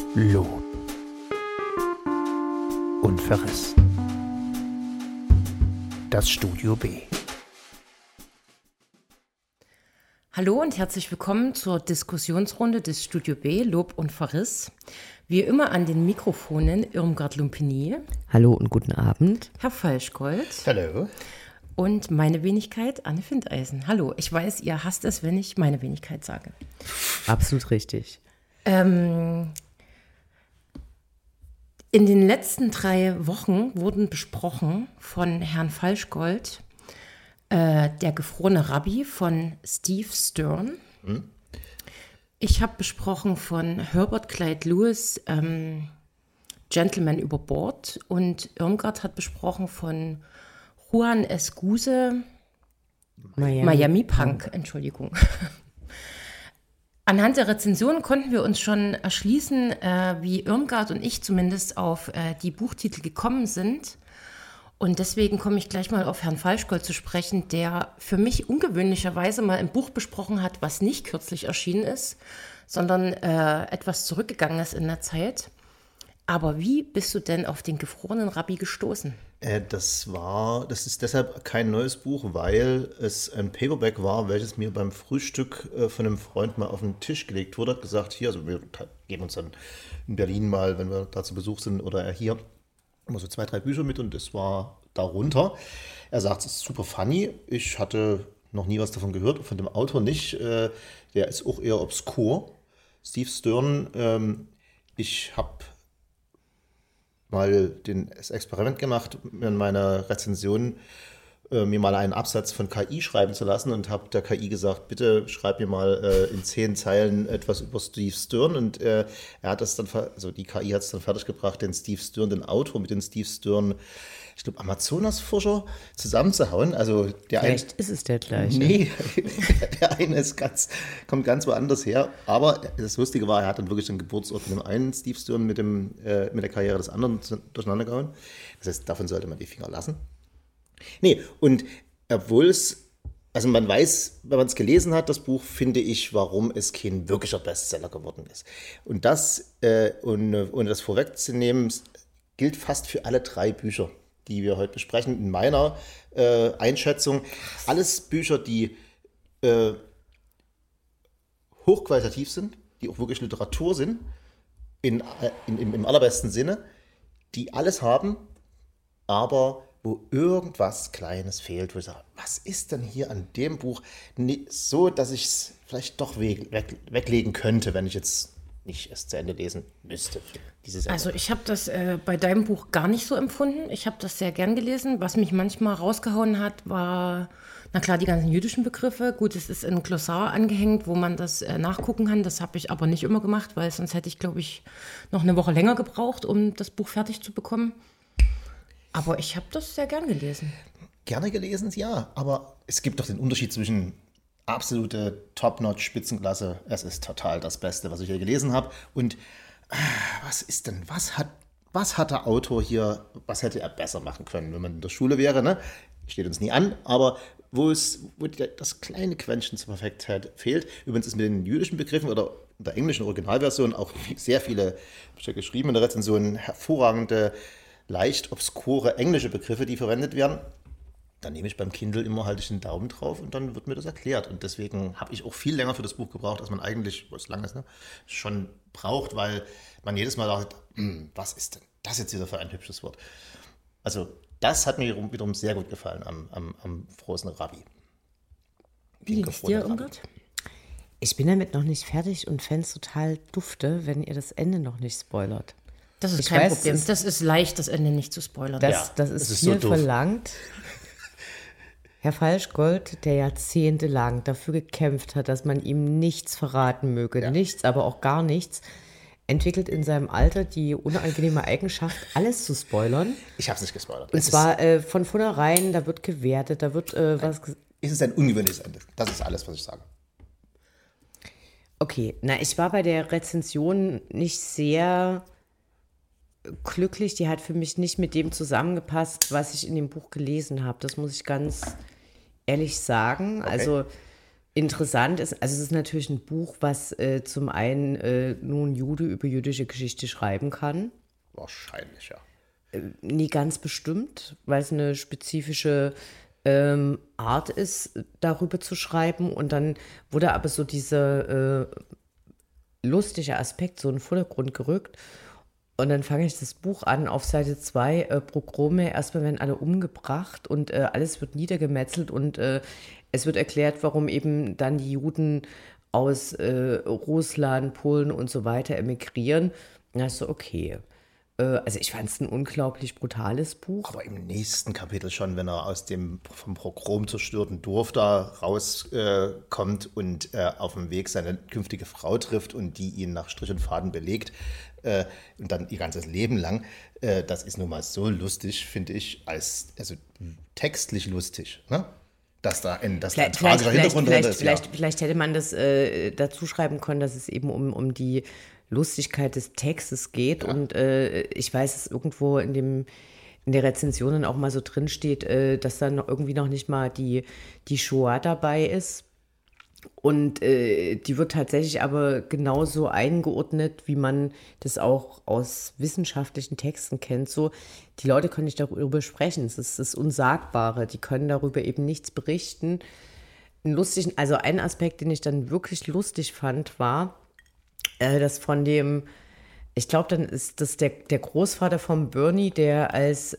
Lob und Verriss. Das Studio B. Hallo und herzlich willkommen zur Diskussionsrunde des Studio B, Lob und Verriss. Wie immer an den Mikrofonen Irmgard Lumpini. Hallo und guten Abend. Herr Falschgold. Hallo. Und meine Wenigkeit, Anne Findeisen. Hallo, ich weiß, ihr hasst es, wenn ich meine Wenigkeit sage. Absolut richtig. In den letzten 3 Wochen wurden besprochen von Herrn Falschgold der gefrorene Rabbi von Steve Stern. Ich habe besprochen von Herbert Clyde Lewis, Gentleman über Bord. Und Irmgard hat besprochen von Juan Escuse, Miami Punk, Entschuldigung. Anhand der Rezensionen konnten wir uns schon erschließen, wie Irmgard und ich zumindest auf die Buchtitel gekommen sind. Und deswegen komme ich gleich mal auf Herrn Falschgold zu sprechen, der für mich ungewöhnlicherweise mal ein Buch besprochen hat, was nicht kürzlich erschienen ist, sondern etwas zurückgegangen ist in der Zeit. Aber wie bist du denn auf den gefrorenen Rabbi gestoßen? Das ist deshalb kein neues Buch, weil es ein Paperback war, welches mir beim Frühstück von einem Freund mal auf den Tisch gelegt wurde. Hat gesagt, hier, also wir geben uns dann in Berlin mal, wenn wir da zu Besuch sind oder er hier, immer so 2, 3 Bücher mit und es war darunter. Er sagt, es ist super funny. Ich hatte noch nie was davon gehört, von dem Autor nicht. Der ist auch eher obskur. Steve Stern, ich habe mal das Experiment gemacht, in meiner Rezension mir mal einen Absatz von KI schreiben zu lassen und habe der KI gesagt, bitte schreib mir mal in 10 Zeilen etwas über Steve Stern und er hat das dann, also die KI hat es dann fertiggebracht, den Steve Stern, den Autor mit den Steve Stern, ich glaube Amazonasforscher zusammenzuhauen. Also Vielleicht ist es der gleiche. Nee, der eine kommt ganz woanders her. Aber das Lustige war, er hat dann wirklich den Geburtsort von dem einen Steve Stern mit der Karriere des anderen durcheinander gehauen. Das heißt, davon sollte man die Finger lassen. Nee, und obwohl also man weiß, wenn man es gelesen hat, das Buch, finde ich, warum es kein wirklicher Bestseller geworden ist. Und das, ohne das vorwegzunehmen, gilt fast für alle 3 Bücher, die wir heute besprechen. In meiner Einschätzung alles Bücher, die hochqualitativ sind, die auch wirklich Literatur sind, im allerbesten Sinne, die alles haben, aber wo irgendwas Kleines fehlt, wo ich sage, was ist denn hier an dem Buch so, dass ich es vielleicht doch weglegen könnte, wenn ich jetzt nicht es zu Ende lesen müsste. Also ich habe das bei deinem Buch gar nicht so empfunden. Ich habe das sehr gern gelesen. Was mich manchmal rausgehauen hat, war, na klar, die ganzen jüdischen Begriffe. Gut, es ist ein Glossar angehängt, wo man das nachgucken kann. Das habe ich aber nicht immer gemacht, weil sonst hätte ich, glaube ich, noch eine Woche länger gebraucht, um das Buch fertig zu bekommen. Aber ich habe das sehr gern gelesen. Gerne gelesen, ja. Aber es gibt doch den Unterschied zwischen absolute Top-Notch-Spitzenklasse. Es ist total das Beste, was ich hier gelesen habe. Und was hat der Autor hier, was hätte er besser machen können, wenn man in der Schule wäre, ne? Steht uns nie an, aber wo das kleine Quäntchen zur Perfektheit fehlt. Übrigens ist mit den jüdischen Begriffen oder in der englischen Originalversion auch sehr viele, habe ich ja geschrieben in der Rezension, hervorragende, leicht obskure englische Begriffe, die verwendet werden. Dann nehme ich beim Kindle immer halt den Daumen drauf und dann wird mir das erklärt. Und deswegen habe ich auch viel länger für das Buch gebraucht, als man eigentlich, was lang ist, ne, schon braucht, weil man jedes Mal dachte, was ist denn das jetzt wieder für ein hübsches Wort? Also das hat mir wiederum sehr gut gefallen am frorenen Rabbi. Wie ging es dir, Irmgard? Ich bin damit noch nicht fertig und fände es total dufte, wenn ihr das Ende noch nicht spoilert. Das ist kein Problem. Das ist leicht, das Ende nicht zu spoilern. Das ist viel so verlangt. Herr Falschgold, der jahrzehntelang dafür gekämpft hat, dass man ihm nichts verraten möge, nichts, aber auch gar nichts, entwickelt in seinem Alter die unangenehme Eigenschaft, alles zu spoilern. Ich habe es nicht gespoilert. Und zwar von vornherein, da wird gewertet, da wird was gesagt. Es ist ein ungewöhnliches Ende. Das ist alles, was ich sage. Okay, ich war bei der Rezension nicht sehr glücklich. Die hat für mich nicht mit dem zusammengepasst, was ich in dem Buch gelesen habe. Das muss ich ganz ehrlich sagen. Okay. Also Interessant ist, also es ist natürlich ein Buch, was zum einen nur ein Jude über jüdische Geschichte schreiben kann. Wahrscheinlich, ja. Nie ganz bestimmt, weil es eine spezifische Art ist, darüber zu schreiben. Und dann wurde aber so dieser lustige Aspekt so in den Vordergrund gerückt. Und dann fange ich das Buch an, auf Seite 2, Pogrome, erstmal werden alle umgebracht und alles wird niedergemetzelt und es wird erklärt, warum eben dann die Juden aus Russland, Polen und so weiter emigrieren. Und da ist so, okay. Also ich fand es ein unglaublich brutales Buch. Aber im nächsten Kapitel schon, wenn er aus dem vom Pogrom zerstörten Dorf da rauskommt und auf dem Weg seine künftige Frau trifft und die ihn nach Strich und Faden belegt und dann ihr ganzes Leben lang, das ist nun mal so lustig, finde ich, also textlich lustig, ne? Dass da ein tragischer Hintergrund drin ist. Vielleicht hätte man das dazu schreiben können, dass es eben um die Lustigkeit des Textes geht. Ja. Und ich weiß, dass irgendwo in der Rezension dann auch mal so drin steht, dass dann irgendwie noch nicht mal die Shoah dabei ist. Und die wird tatsächlich aber genauso eingeordnet, wie man das auch aus wissenschaftlichen Texten kennt. So, die Leute können nicht darüber sprechen. Es ist das Unsagbare. Die können darüber eben nichts berichten. Also ein Aspekt, den ich dann wirklich lustig fand, war, dass von dem, ich glaube, dann ist das der Großvater von Bernie, der als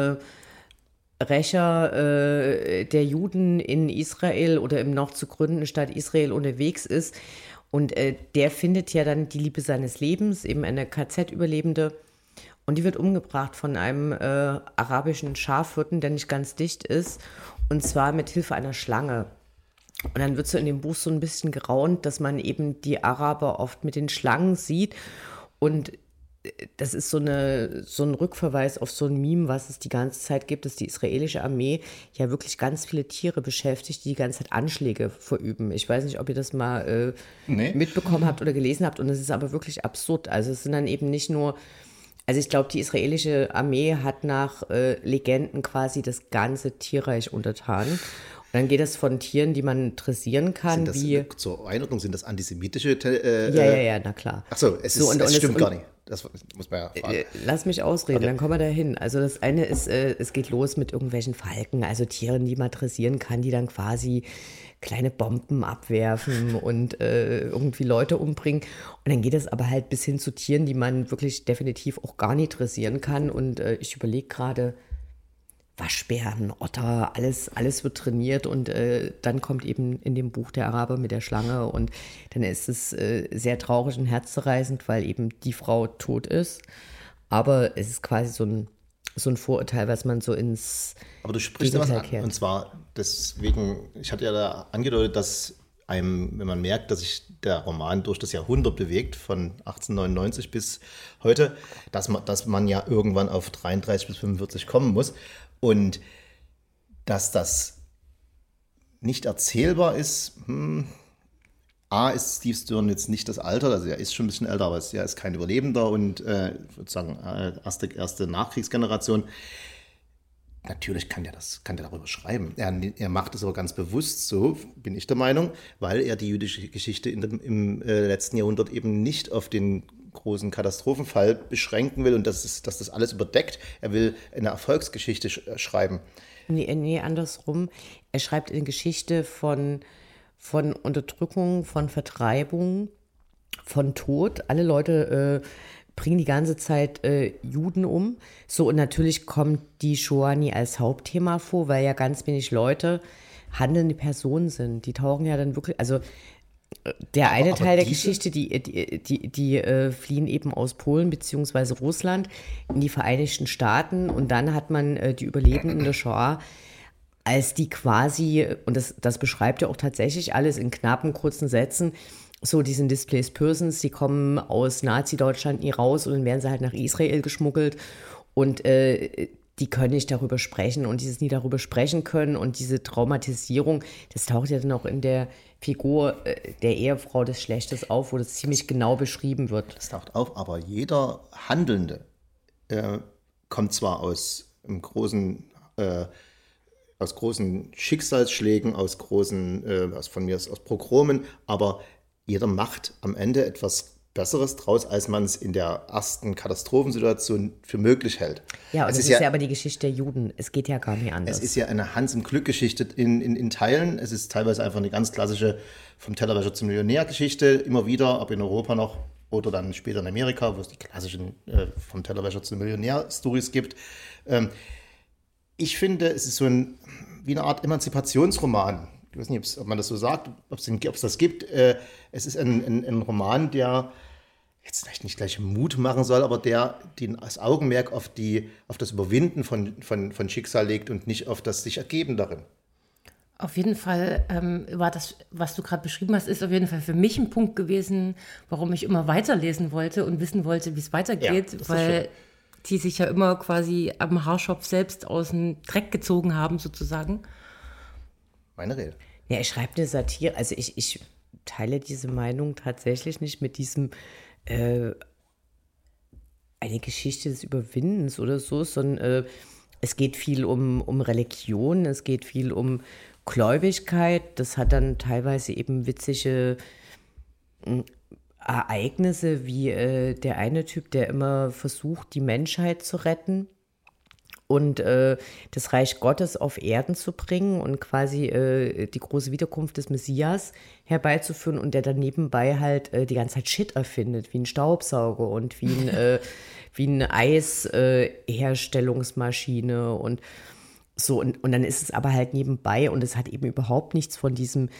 Rächer der Juden in Israel oder im noch zu gründenden Staat Israel unterwegs ist. Und der findet ja dann die Liebe seines Lebens, eben eine KZ-Überlebende. Und die wird umgebracht von einem arabischen Schafhirten, der nicht ganz dicht ist. Und zwar mit Hilfe einer Schlange. Und dann wird so in dem Buch so ein bisschen geraunt, dass man eben die Araber oft mit den Schlangen sieht. Und das ist so ein Rückverweis auf so ein Meme, was es die ganze Zeit gibt, dass die israelische Armee ja wirklich ganz viele Tiere beschäftigt, die ganze Zeit Anschläge verüben. Ich weiß nicht, ob ihr das mal mitbekommen habt oder gelesen habt. Und es ist aber wirklich absurd. Also es sind dann eben nicht nur, also ich glaube, die israelische Armee hat nach Legenden quasi das ganze Tierreich untertan. Dann geht es von Tieren, die man dressieren kann, wie... Zur Einordnung, sind das antisemitische... Ja, na klar. Ach so, es stimmt gar nicht. Das muss man ja fragen. Lass mich ausreden, okay. Dann kommen wir da hin. Also das eine ist, es geht los mit irgendwelchen Falken, also Tieren, die man dressieren kann, die dann quasi kleine Bomben abwerfen und irgendwie Leute umbringen. Und dann geht es aber halt bis hin zu Tieren, die man wirklich definitiv auch gar nicht dressieren kann. Und ich überlege gerade... Waschbären, Otter, alles wird trainiert und dann kommt eben in dem Buch der Araber mit der Schlange und dann ist es sehr traurig und herzzerreißend, weil eben die Frau tot ist, aber es ist quasi so ein Vorurteil, was man so ins Aber du sprichst da was an, und zwar deswegen, ich hatte ja da angedeutet, dass einem, wenn man merkt, dass sich der Roman durch das Jahrhundert bewegt, von 1899 bis heute, dass man ja irgendwann auf 33 bis 45 kommen muss. Und dass das nicht erzählbar ist, A, ist Steve Stern jetzt nicht das Alter, also er ist schon ein bisschen älter, aber er ist kein Überlebender und sozusagen erste Nachkriegsgeneration. Natürlich kann der darüber schreiben. Er macht es aber ganz bewusst so, bin ich der Meinung, weil er die jüdische Geschichte im letzten Jahrhundert eben nicht auf den großen Katastrophenfall beschränken will und dass das alles überdeckt. Er will eine Erfolgsgeschichte schreiben. Nee, andersrum. Er schreibt eine Geschichte von Unterdrückung, von Vertreibung, von Tod. Alle Leute bringen die ganze Zeit Juden um. So, und natürlich kommt die Shoah nie als Hauptthema vor, weil ja ganz wenig Leute handelnde Personen sind. Die tauchen ja dann wirklich, also der eine Teil der Geschichte, die fliehen eben aus Polen bzw. Russland in die Vereinigten Staaten und dann hat man die Überlebenden der Shoah, als die quasi, und das beschreibt ja auch tatsächlich alles in knappen, kurzen Sätzen, so die sind Displaced Persons, die kommen aus Nazi-Deutschland nie raus und dann werden sie halt nach Israel geschmuggelt und die können nicht darüber sprechen und dieses nie darüber sprechen können und diese Traumatisierung, das taucht ja dann auch in der Figur der Ehefrau des Schlechtes auf, wo das ziemlich genau beschrieben wird. Das taucht auf, aber jeder Handelnde kommt zwar aus einem großen aus großen Schicksalsschlägen, aus Pogromen, aber jeder macht am Ende etwas Besseres draus, als man es in der ersten Katastrophensituation für möglich hält. Ja, und es ist ja aber die Geschichte der Juden. Es geht ja gar nicht anders. Es ist ja eine Hans-im-Glück-Geschichte in Teilen. Es ist teilweise einfach eine ganz klassische vom Tellerwäscher zum Millionär-Geschichte, immer wieder, ob in Europa noch oder dann später in Amerika, wo es die klassischen vom Tellerwäscher zum Millionär-Stories gibt. Ich finde, es ist wie eine Art Emanzipationsroman. Ich weiß nicht, ob man das so sagt, ob es das gibt. Es ist ein Roman, der jetzt vielleicht nicht gleich Mut machen soll, aber der das Augenmerk auf das Überwinden von Schicksal legt und nicht auf das sich Ergeben darin. Auf jeden Fall war das, was du gerade beschrieben hast, ist auf jeden Fall für mich ein Punkt gewesen, warum ich immer weiterlesen wollte und wissen wollte, wie es weitergeht, ja, weil die sich ja immer quasi am Haarschopf selbst aus dem Dreck gezogen haben, sozusagen. Meine Rede. Ja, ich schreibe eine Satire, also ich teile diese Meinung tatsächlich nicht mit diesem eine Geschichte des Überwindens oder so, sondern es geht viel um Religion, es geht viel um Gläubigkeit. Das hat dann teilweise eben witzige Ereignisse, wie der eine Typ, der immer versucht, die Menschheit zu retten und das Reich Gottes auf Erden zu bringen und quasi die große Wiederkunft des Messias herbeizuführen und der dann nebenbei halt die ganze Zeit Shit erfindet, wie ein Staubsauger und wie eine Eisherstellungsmaschine und so. Und dann ist es aber halt nebenbei und es hat eben überhaupt nichts von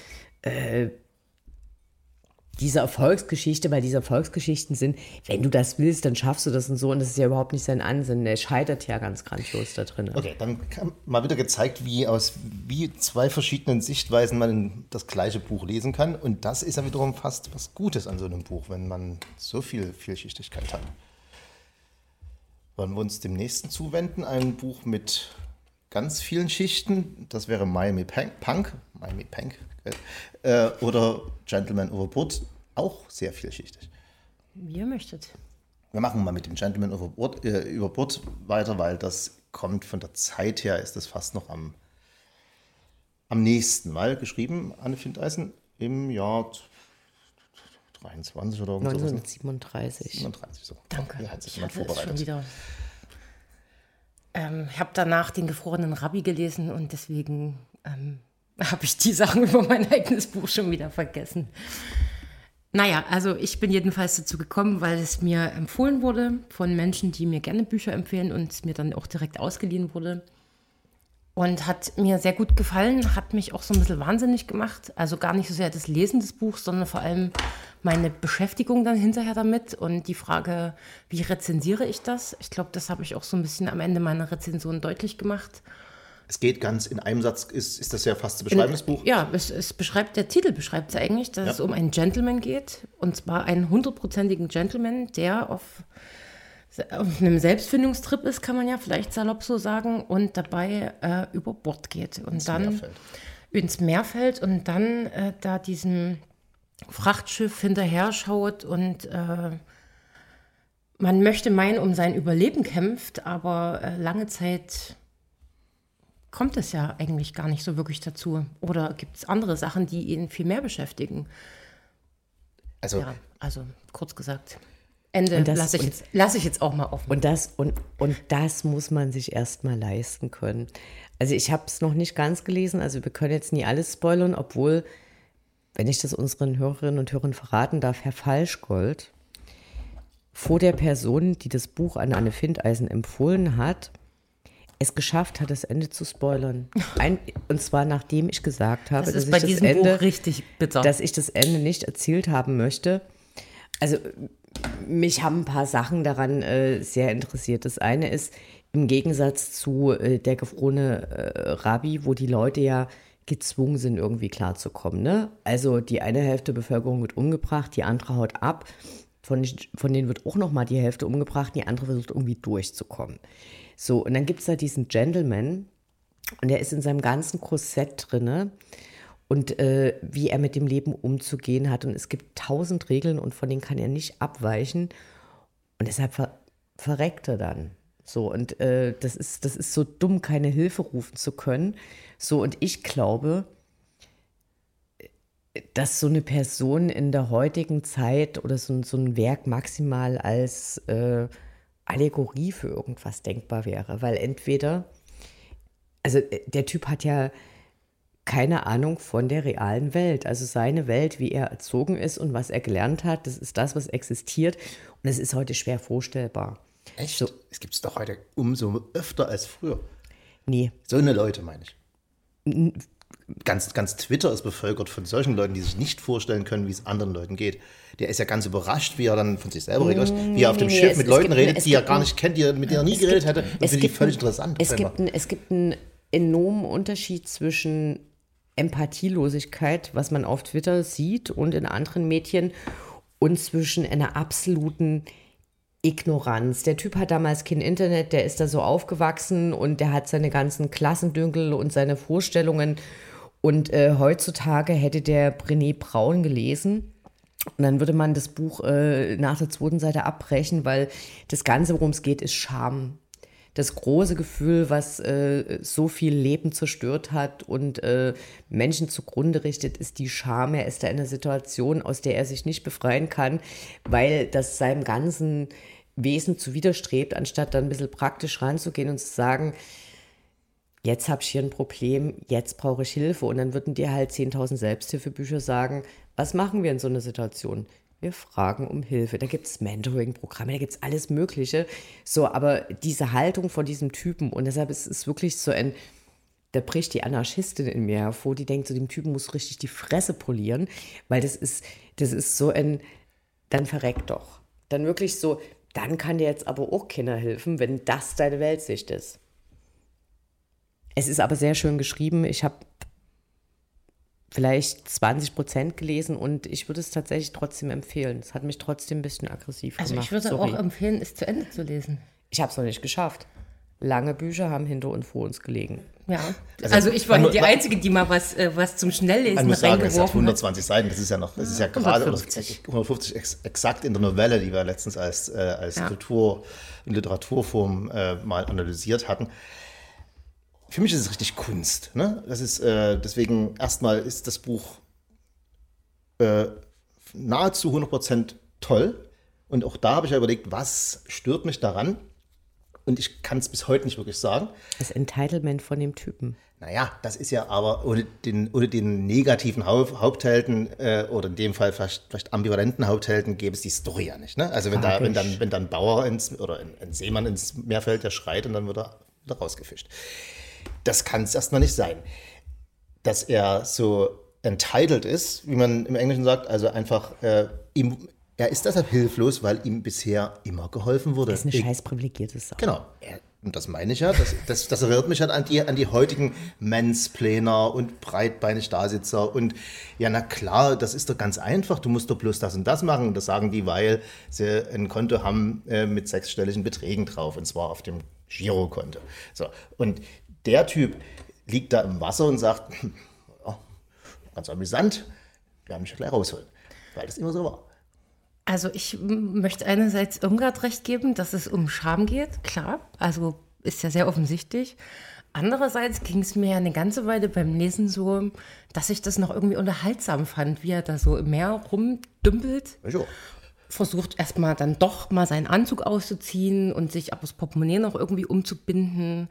dieser Erfolgsgeschichte, weil diese Erfolgsgeschichten sind, wenn du das willst, dann schaffst du das und so. Und das ist ja überhaupt nicht sein Ansinnen. Der scheitert ja ganz grandios da drin. Okay, dann mal wieder gezeigt, wie zwei verschiedenen Sichtweisen man das gleiche Buch lesen kann. Und das ist ja wiederum fast was Gutes an so einem Buch, wenn man so viel Vielschichtigkeit hat. Wollen wir uns dem nächsten zuwenden? Ein Buch mit ganz vielen Schichten. Das wäre Miami Punk. Oder Gentleman Overboard, auch sehr vielschichtig. Wie ihr möchtet. Wir machen mal mit dem Gentleman Overboard weiter, weil das kommt von der Zeit her, ist das fast noch am nächsten Mal geschrieben, Anne Findeisen, im Jahr 23 oder irgendwas. 1937. 37, so. Danke. Ja, hat sich jemand vorbereitet. Ich habe danach den gefrorenen Rabbi gelesen und deswegen habe ich die Sachen über mein eigenes Buch schon wieder vergessen. Naja, also ich bin jedenfalls dazu gekommen, weil es mir empfohlen wurde von Menschen, die mir gerne Bücher empfehlen und es mir dann auch direkt ausgeliehen wurde. Und hat mir sehr gut gefallen, hat mich auch so ein bisschen wahnsinnig gemacht. Also gar nicht so sehr das Lesen des Buchs, sondern vor allem meine Beschäftigung dann hinterher damit und die Frage, wie rezensiere ich das? Ich glaube, das habe ich auch so ein bisschen am Ende meiner Rezension deutlich gemacht. Es geht ganz in einem Satz, ist das ja fast zu beschreiben, das Buch? Ja, der Titel beschreibt es eigentlich, dass es um einen Gentleman geht. Und zwar einen 100%igen Gentleman, der auf einem Selbstfindungstrip ist, kann man ja vielleicht salopp so sagen, und dabei über Bord geht. Und dann ins Meer fällt und dann da diesem Frachtschiff hinterher schaut und man möchte meinen, um sein Überleben kämpft, aber lange Zeit kommt es ja eigentlich gar nicht so wirklich dazu. Oder gibt es andere Sachen, die ihn viel mehr beschäftigen? Also kurz gesagt, Ende lasse ich jetzt auch mal offen. Und das muss man sich erst mal leisten können. Also ich habe es noch nicht ganz gelesen, also wir können jetzt nie alles spoilern, obwohl, wenn ich das unseren Hörerinnen und Hörern verraten darf, Herr Falschgold vor der Person, die das Buch an Anne Findeisen empfohlen hat, es geschafft hat, das Ende zu spoilern. Und zwar nachdem ich gesagt habe, dass ich das Ende nicht erzählt haben möchte. Also mich haben ein paar Sachen daran sehr interessiert. Das eine ist, im Gegensatz zu der gefrorene Rabbi, wo die Leute ja gezwungen sind, irgendwie klarzukommen. Ne? Also die eine Hälfte der Bevölkerung wird umgebracht, die andere haut ab. Von denen wird auch noch mal die Hälfte umgebracht, die andere versucht irgendwie durchzukommen. So, und dann gibt es da diesen Gentleman und der ist in seinem ganzen Korsett drinne und wie er mit dem Leben umzugehen hat. Und es gibt 1000 Regeln und von denen kann er nicht abweichen. Und deshalb verreckt er dann. So, und das ist so dumm, keine Hilfe rufen zu können. So, und ich glaube, dass so eine Person in der heutigen Zeit oder so ein Werk maximal als Allegorie für irgendwas denkbar wäre. Weil entweder, also der Typ hat ja keine Ahnung von der realen Welt. Also seine Welt, wie er erzogen ist und was er gelernt hat, das ist das, was existiert. Und es ist heute schwer vorstellbar. Echt? So. Es gibt es doch heute umso öfter als früher. Nee. So eine Leute, meine ich. Ganz Twitter ist bevölkert von solchen Leuten, die sich nicht vorstellen können, wie es anderen Leuten geht. Der ist ja ganz überrascht, wie er dann von sich selber redet, wie er auf dem Schiff mit Leuten redet, die er gar nicht kennt, mit denen er nie geredet hätte. Und finde ich völlig interessant. Es gibt einen enormen Unterschied zwischen Empathielosigkeit, was man auf Twitter sieht und in anderen Medien, und zwischen einer absoluten Ignoranz. Der Typ hat damals kein Internet, der ist da so aufgewachsen und der hat seine ganzen Klassendünkel und seine Vorstellungen. Und heutzutage hätte der Brené Brown gelesen und dann würde man das Buch nach der 2. Seite abbrechen, weil das Ganze, worum es geht, ist Scham. Das große Gefühl, was so viel Leben zerstört hat und Menschen zugrunde richtet, ist die Scham. Er ist da in einer Situation, aus der er sich nicht befreien kann, weil das seinem ganzen Wesen zuwiderstrebt, anstatt dann ein bisschen praktisch ranzugehen und zu sagen, jetzt habe ich hier ein Problem, jetzt brauche ich Hilfe. Und dann würden dir halt 10.000 Selbsthilfebücher sagen, was machen wir in so einer Situation? Wir fragen um Hilfe. Da gibt es Mentoring-Programme, da gibt es alles Mögliche. So, aber diese Haltung von diesem Typen, und deshalb ist es wirklich so da bricht die Anarchistin in mir hervor, die denkt, so dem Typen muss richtig die Fresse polieren, weil das ist so dann verreck doch. Dann wirklich so, dann kann dir jetzt aber auch keiner helfen, wenn das deine Weltsicht ist. Es ist aber sehr schön geschrieben. Ich habe vielleicht 20% gelesen und ich würde es tatsächlich trotzdem empfehlen. Es hat mich trotzdem ein bisschen aggressiv gemacht. Also ich würde auch empfehlen, es zu Ende zu lesen. Ich habe es noch nicht geschafft. Lange Bücher haben hinter und vor uns gelegen. Ja, also ich war die Einzige, die mal was zum Schnelllesen man muss sagen, es hat reingeworfen 120 Seiten, das ist ja gerade 150 exakt in der Novelle, die wir letztens als Kultur- und Literaturform mal analysiert hatten. Für mich ist es richtig Kunst. Ne? Das ist deswegen erstmal ist das Buch nahezu 100% toll. Und auch da habe ich ja überlegt, was stört mich daran? Und ich kann es bis heute nicht wirklich sagen. Das Entitlement von dem Typen. Naja, das ist ja aber ohne den negativen Haupthelden oder in dem Fall vielleicht ambivalenten Haupthelden gäbe es die Story ja nicht. Ne? Also wenn dann Bauer oder ein Seemann ins Meer fällt, der schreit und dann wird er wieder rausgefischt. Das kann es erstmal nicht sein. Dass er so entitled ist, wie man im Englischen sagt, also einfach er ist deshalb hilflos, weil ihm bisher immer geholfen wurde. Das ist eine scheiß privilegierte Sache. Genau. Und das meine ich ja. Das erinnert mich halt an die heutigen Mansplainer und breitbeinig Dasitzer. Und ja, na klar, das ist doch ganz einfach. Du musst doch bloß das und das machen. Das sagen die, weil sie ein Konto haben mit 6-stelligen Beträgen drauf. Und zwar auf dem Girokonto. So. Und der Typ liegt da im Wasser und sagt, oh, ganz amüsant, wir haben mich gleich rausholen. Weil das immer so war. Also ich möchte einerseits Irmgard recht geben, dass es um Scham geht, klar, also ist ja sehr offensichtlich. Andererseits ging es mir ja eine ganze Weile beim Lesen so, dass ich das noch irgendwie unterhaltsam fand, wie er da so im Meer rumdümpelt. Ja. Versucht erstmal dann doch mal seinen Anzug auszuziehen und sich aber das Portemonnaie noch irgendwie umzubinden.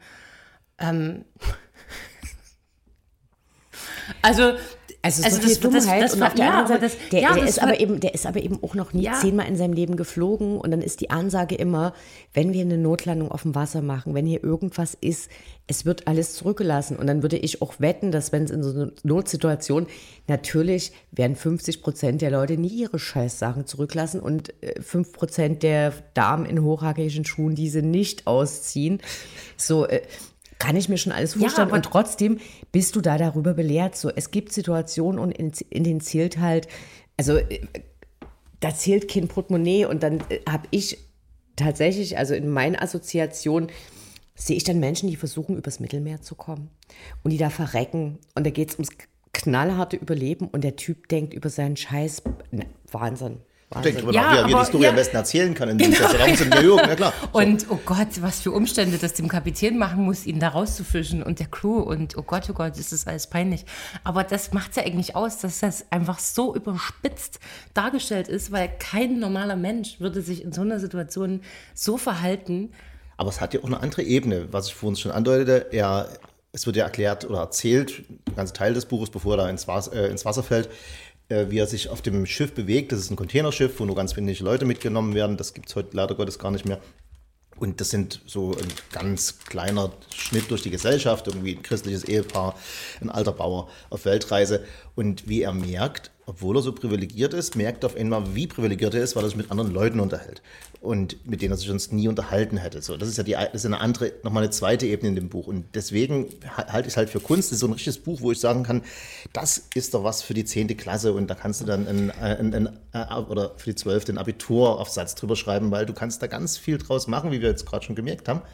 Also so viel Dummheit und auf der anderen Seite, der ist aber eben auch noch nie 10-mal in seinem Leben geflogen und dann ist die Ansage immer, wenn wir eine Notlandung auf dem Wasser machen, wenn hier irgendwas ist, es wird alles zurückgelassen und dann würde ich auch wetten, dass wenn es in so einer Notsituation, natürlich werden 50% der Leute nie ihre Scheißsachen zurücklassen und 5% der Damen in hochhackigen Schuhen diese nicht ausziehen, so kann ich mir schon alles vorstellen. Und trotzdem bist du da darüber belehrt. So, es gibt Situationen und in denen zählt halt, also da zählt kein Portemonnaie und dann habe ich tatsächlich, also in meinen Assoziationen, sehe ich dann Menschen, die versuchen, übers Mittelmeer zu kommen und die da verrecken und da geht es ums knallharte Überleben und der Typ denkt über seinen Scheiß, Wahnsinn. Denk drüber nach, wie er die Story am besten erzählen kann in diesem Restaurant in New York, na klar. So. Und oh Gott, was für Umstände das dem Kapitän machen muss, ihn da rauszufischen und der Crew und oh Gott, ist das alles peinlich. Aber das macht es ja eigentlich aus, dass das einfach so überspitzt dargestellt ist, weil kein normaler Mensch würde sich in so einer Situation so verhalten. Aber es hat ja auch eine andere Ebene, was ich vorhin schon andeutete. Es wird ja erklärt oder erzählt, der ganze Teil des Buches, bevor er da ins Wasser fällt, wie er sich auf dem Schiff bewegt. Das ist ein Containerschiff, wo nur ganz wenige Leute mitgenommen werden. Das gibt es heute leider Gottes gar nicht mehr. Und das sind so ein ganz kleiner Schnitt durch die Gesellschaft, irgendwie ein christliches Ehepaar, ein alter Bauer auf Weltreise. Und wie er merkt, obwohl er so privilegiert ist, merkt er auf einmal, wie privilegiert er ist, weil er sich mit anderen Leuten unterhält. Und mit denen er sich sonst nie unterhalten hätte. So, das ist ja das ist eine andere, nochmal eine zweite Ebene in dem Buch. Und deswegen halte ich es halt für Kunst. Das ist so ein richtiges Buch, wo ich sagen kann, das ist doch was für die 10. Klasse. Und da kannst du dann oder für die 12. einen Abituraufsatz drüber schreiben, weil du kannst da ganz viel draus machen, wie wir jetzt gerade schon gemerkt haben.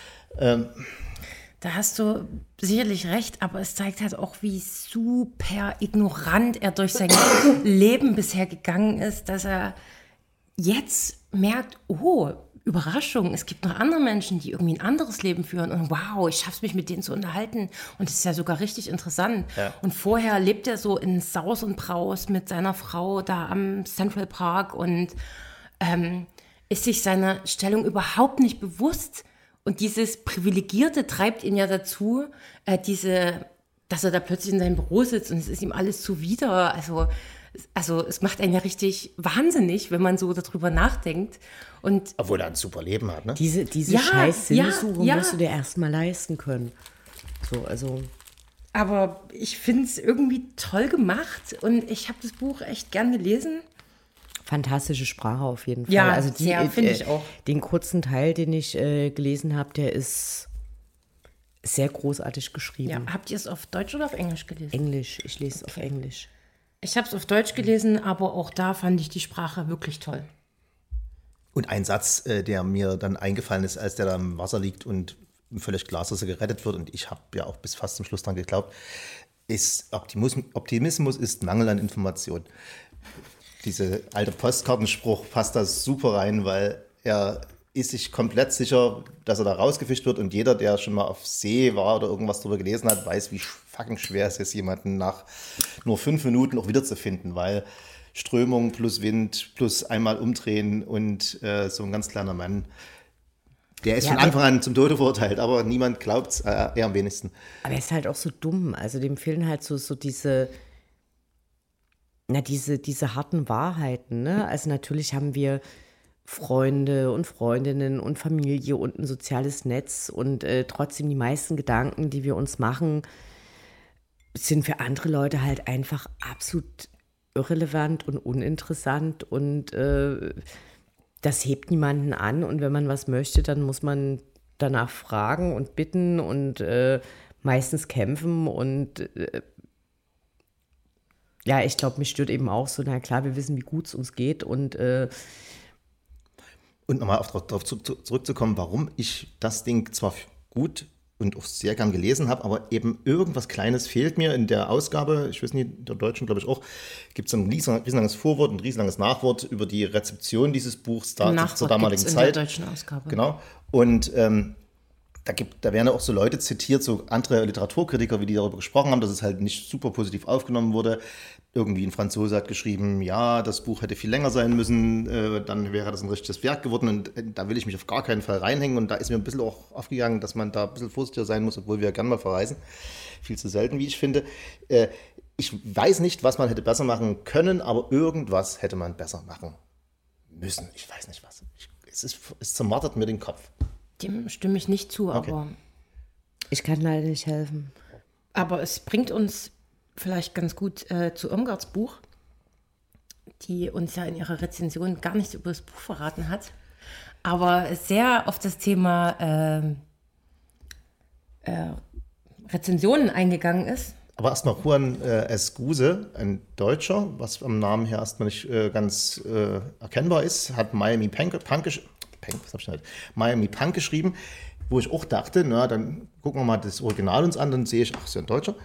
Da hast du sicherlich recht, aber es zeigt halt auch, wie super ignorant er durch sein Leben bisher gegangen ist, dass er jetzt merkt, oh, Überraschung, es gibt noch andere Menschen, die irgendwie ein anderes Leben führen und wow, ich schaffe es, mich mit denen zu unterhalten und das ist ja sogar richtig interessant. Ja. Und vorher lebt er so in Saus und Braus mit seiner Frau da am Central Park und ist sich seiner Stellung überhaupt nicht bewusst und dieses Privilegierte treibt ihn ja dazu, dass er da plötzlich in seinem Büro sitzt und es ist ihm alles zuwider, also es macht einen ja richtig wahnsinnig, wenn man so darüber nachdenkt. Und obwohl er ein super Leben hat, ne? Diese scheiß Sinnsuche musst du dir erstmal leisten können. So, also. Aber ich finde es irgendwie toll gemacht und ich habe das Buch echt gern gelesen. Fantastische Sprache auf jeden Fall. Ja, also finde ich auch. Den kurzen Teil, den ich gelesen habe, der ist sehr großartig geschrieben. Ja, habt ihr es auf Deutsch oder auf Englisch gelesen? Englisch, ich lese es auf Englisch. Ich habe es auf Deutsch gelesen, aber auch da fand ich die Sprache wirklich toll. Und ein Satz, der mir dann eingefallen ist, als der da im Wasser liegt und völlig klar ist, dass er gerettet wird, und ich habe ja auch bis fast zum Schluss dran geglaubt, ist Optimismus ist Mangel an Information. Dieser alte Postkartenspruch passt da super rein, weil er ist sich komplett sicher, dass er da rausgefischt wird, und jeder, der schon mal auf See war oder irgendwas darüber gelesen hat, weiß, wie fucking schwer es ist, jemanden nach nur 5 Minuten auch wiederzufinden, weil Strömung plus Wind plus einmal umdrehen und so ein ganz kleiner Mann, der ist von Anfang an zum Tode verurteilt, aber niemand glaubt es, er am wenigsten. Aber er ist halt auch so dumm, also dem fehlen halt so diese harten Wahrheiten, ne? Also natürlich haben wir Freunde und Freundinnen und Familie und ein soziales Netz und trotzdem die meisten Gedanken, die wir uns machen, sind für andere Leute halt einfach absolut irrelevant und uninteressant und das hebt niemanden an, und wenn man was möchte, dann muss man danach fragen und bitten und meistens kämpfen und ja, ich glaube, mich stört eben auch so, na klar, wir wissen, wie gut es uns geht und nochmal darauf zurückzukommen, warum ich das Ding zwar gut und auch sehr gern gelesen habe, aber eben irgendwas Kleines fehlt mir in der Ausgabe. Ich weiß nicht, in der Deutschen glaube ich auch, gibt es ein riesenlanges Vorwort und ein riesenlanges Nachwort über die Rezeption dieses Buchs zur damaligen Zeit. In der deutschen Ausgabe. Genau. Und da werden auch so Leute zitiert, so andere Literaturkritiker, wie die darüber gesprochen haben, dass es halt nicht super positiv aufgenommen wurde. Irgendwie ein Franzose hat geschrieben, ja, das Buch hätte viel länger sein müssen, dann wäre das ein richtiges Werk geworden, und da will ich mich auf gar keinen Fall reinhängen, und da ist mir ein bisschen auch aufgegangen, dass man da ein bisschen vorsichtiger sein muss, obwohl wir ja gerne mal verreisen. Viel zu selten, wie ich finde. Ich weiß nicht, was man hätte besser machen können, aber irgendwas hätte man besser machen müssen. Ich weiß nicht was. Es zermartert mir den Kopf. Dem stimme ich nicht zu, Okay. aber ich kann leider nicht helfen. Aber es bringt uns vielleicht ganz gut zu Irmgards Buch, die uns ja in ihrer Rezension gar nichts über das Buch verraten hat, aber sehr auf das Thema Rezensionen eingegangen ist. Aber erstmal Juan Escuse, ein Deutscher, was am Namen her erstmal nicht ganz erkennbar ist, hat Miami Punk geschrieben, wo ich auch dachte, na, dann gucken wir mal das Original uns an, dann sehe ich, ach, ist ja ein Deutscher.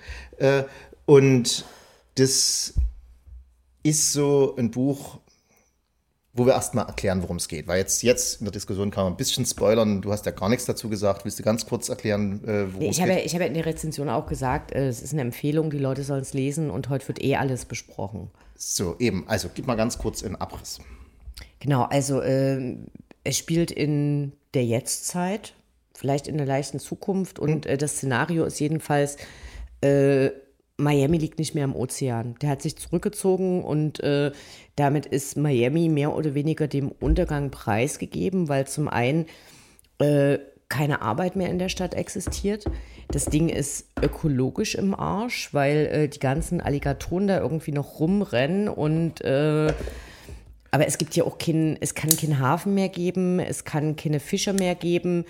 Und das ist so ein Buch, wo wir erstmal erklären, worum es geht. Weil jetzt in der Diskussion kann man ein bisschen spoilern. Du hast ja gar nichts dazu gesagt. Willst du ganz kurz erklären, worum es geht? Ich habe ja in der Rezension auch gesagt, es ist eine Empfehlung, die Leute sollen es lesen und heute wird alles besprochen. So, eben. Also, gib mal ganz kurz in Abriss. Genau, also es spielt in der Jetztzeit, vielleicht in der leichten Zukunft und das Szenario ist jedenfalls, Miami liegt nicht mehr im Ozean. Der hat sich zurückgezogen und damit ist Miami mehr oder weniger dem Untergang preisgegeben, weil zum einen keine Arbeit mehr in der Stadt existiert. Das Ding ist ökologisch im Arsch, weil die ganzen Alligatoren da irgendwie noch rumrennen und aber es gibt ja auch es kann keinen Hafen mehr geben, es kann keine Fischer mehr geben.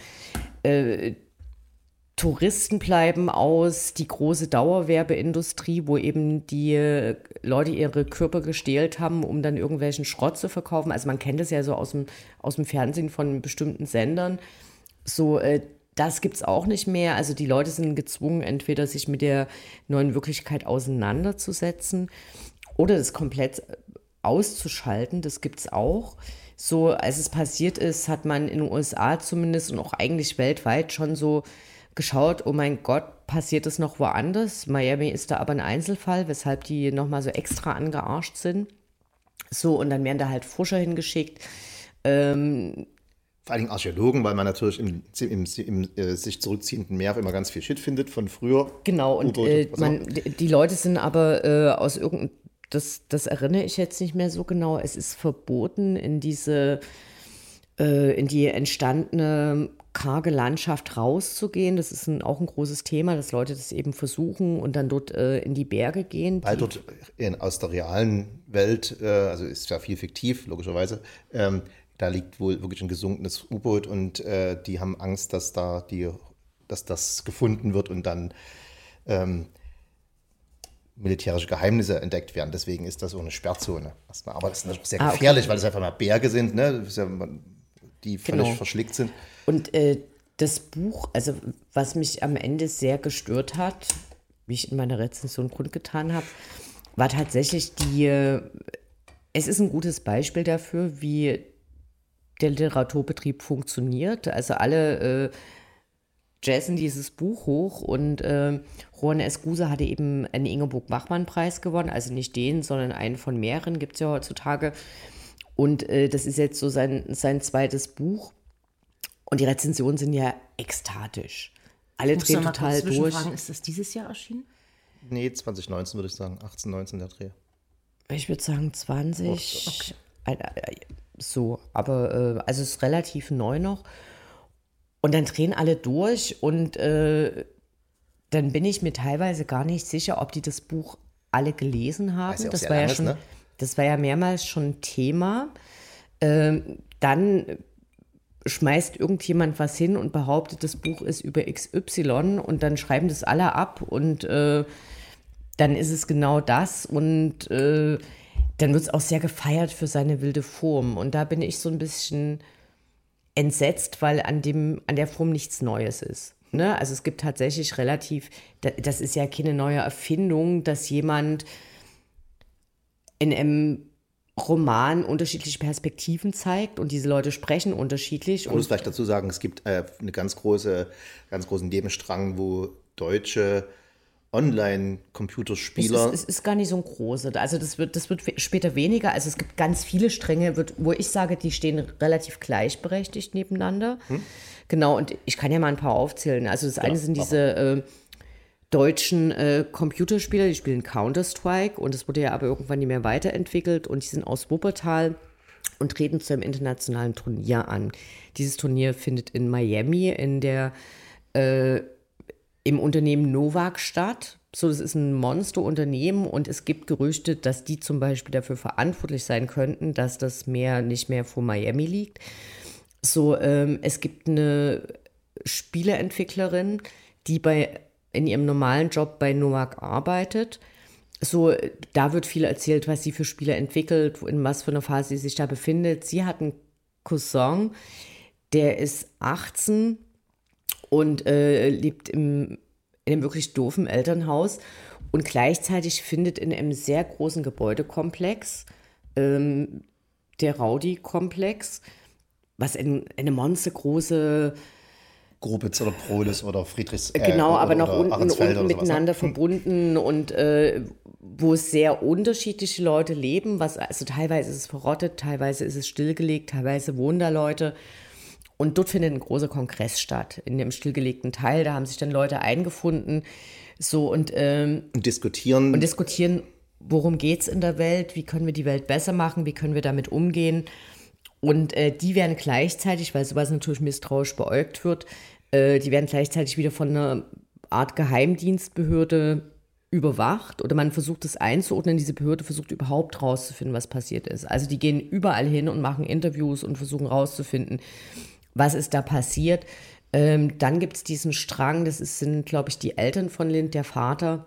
Touristen bleiben aus, die große Dauerwerbeindustrie, wo eben die Leute ihre Körper gestählt haben, um dann irgendwelchen Schrott zu verkaufen. Also man kennt es ja so aus dem Fernsehen von bestimmten Sendern. So, das gibt es auch nicht mehr. Also die Leute sind gezwungen, entweder sich mit der neuen Wirklichkeit auseinanderzusetzen oder das komplett auszuschalten. Das gibt es auch. So, als es passiert ist, hat man in den USA zumindest und auch eigentlich weltweit schon so geschaut, oh mein Gott, passiert es noch woanders? Miami ist da aber ein Einzelfall, weshalb die nochmal so extra angearscht sind. So, und dann werden da halt Forscher hingeschickt. Vor allen Dingen Archäologen, weil man natürlich im sich zurückziehenden Meer immer ganz viel Shit findet von früher. Genau, und die Leute sind aber aus irgendeinem, das erinnere ich jetzt nicht mehr so genau, es ist verboten, in die entstandene karge Landschaft rauszugehen. Das ist auch ein großes Thema, dass Leute das eben versuchen und dann dort in die Berge gehen. Weil dort aus der realen Welt, also ist ja viel fiktiv, logischerweise, da liegt wohl wirklich ein gesunkenes U-Boot und die haben Angst, dass das gefunden wird und dann militärische Geheimnisse entdeckt werden. Deswegen ist das so eine Sperrzone. Aber das ist natürlich sehr gefährlich, okay, weil es einfach mal Berge sind, ne? Die völlig verschlickt sind. Und das Buch, also was mich am Ende sehr gestört hat, wie ich in meiner Rezension kundgetan habe, war tatsächlich es ist ein gutes Beispiel dafür, wie der Literaturbetrieb funktioniert. Also alle jazzen dieses Buch hoch und Juan Escusa hatte eben einen Ingeborg-Bachmann-Preis gewonnen, also nicht den, sondern einen von mehreren, gibt es ja heutzutage. Und das ist jetzt so sein zweites Buch. Und die Rezensionen sind ja ekstatisch. Alle drehen total durch. Fragen, ist das dieses Jahr erschienen? Nee, 2019 würde ich sagen. 18, 19 der Dreh. Ich würde sagen 20. Okay. So, aber also es ist relativ neu noch. Und dann drehen alle durch und dann bin ich mir teilweise gar nicht sicher, ob die das Buch alle gelesen haben. Ja, das war ja schon, ne? Das war ja mehrmals schon Thema. Dann schmeißt irgendjemand was hin und behauptet, das Buch ist über XY und dann schreiben das alle ab und dann ist es genau das und dann wird es auch sehr gefeiert für seine wilde Form. Und da bin ich so ein bisschen entsetzt, weil an der Form nichts Neues ist. Ne? Also es gibt tatsächlich das ist ja keine neue Erfindung, dass jemand in einem Roman unterschiedliche Perspektiven zeigt und diese Leute sprechen unterschiedlich. Ich muss vielleicht dazu sagen, es gibt einen ganz großen Nebenstrang, wo deutsche Online-Computerspieler. Es ist gar nicht so ein großer. Also das wird später weniger. Also es gibt ganz viele Stränge, wo ich sage, die stehen relativ gleichberechtigt nebeneinander. Genau, und ich kann ja mal ein paar aufzählen. Also das eine sind diese deutschen Computerspieler, die spielen Counter-Strike und es wurde ja aber irgendwann nicht mehr weiterentwickelt und die sind aus Wuppertal und treten zu einem internationalen Turnier an. Dieses Turnier findet in Miami im Unternehmen Novak statt. So, das ist ein Monsterunternehmen und es gibt Gerüchte, dass die zum Beispiel dafür verantwortlich sein könnten, dass das Meer nicht mehr vor Miami liegt. So, es gibt eine Spieleentwicklerin, die in ihrem normalen Job bei Novak arbeitet. So, da wird viel erzählt, was sie für Spiele entwickelt, in was für einer Phase sie sich da befindet. Sie hat einen Cousin, der ist 18 und lebt in einem wirklich doofen Elternhaus und gleichzeitig findet in einem sehr großen Gebäudekomplex der Rowdy-Komplex, was eine monstergroße Grubitz oder Prohlis oder Friedrichs. Genau, aber noch oder unten miteinander verbunden und wo sehr unterschiedliche Leute leben. Also teilweise ist es verrottet, teilweise ist es stillgelegt, teilweise wohnen da Leute. Und dort findet ein großer Kongress statt, in dem stillgelegten Teil. Da haben sich dann Leute eingefunden und diskutieren, worum geht es in der Welt, wie können wir die Welt besser machen, wie können wir damit umgehen. Und die werden gleichzeitig, weil sowas natürlich misstrauisch beäugt wird, die werden gleichzeitig wieder von einer Art Geheimdienstbehörde überwacht oder man versucht es einzuordnen, diese Behörde versucht überhaupt rauszufinden, was passiert ist. Also die gehen überall hin und machen Interviews und versuchen rauszufinden, was ist da passiert. Dann gibt es diesen Strang, sind, glaube ich, die Eltern von Lind, der Vater,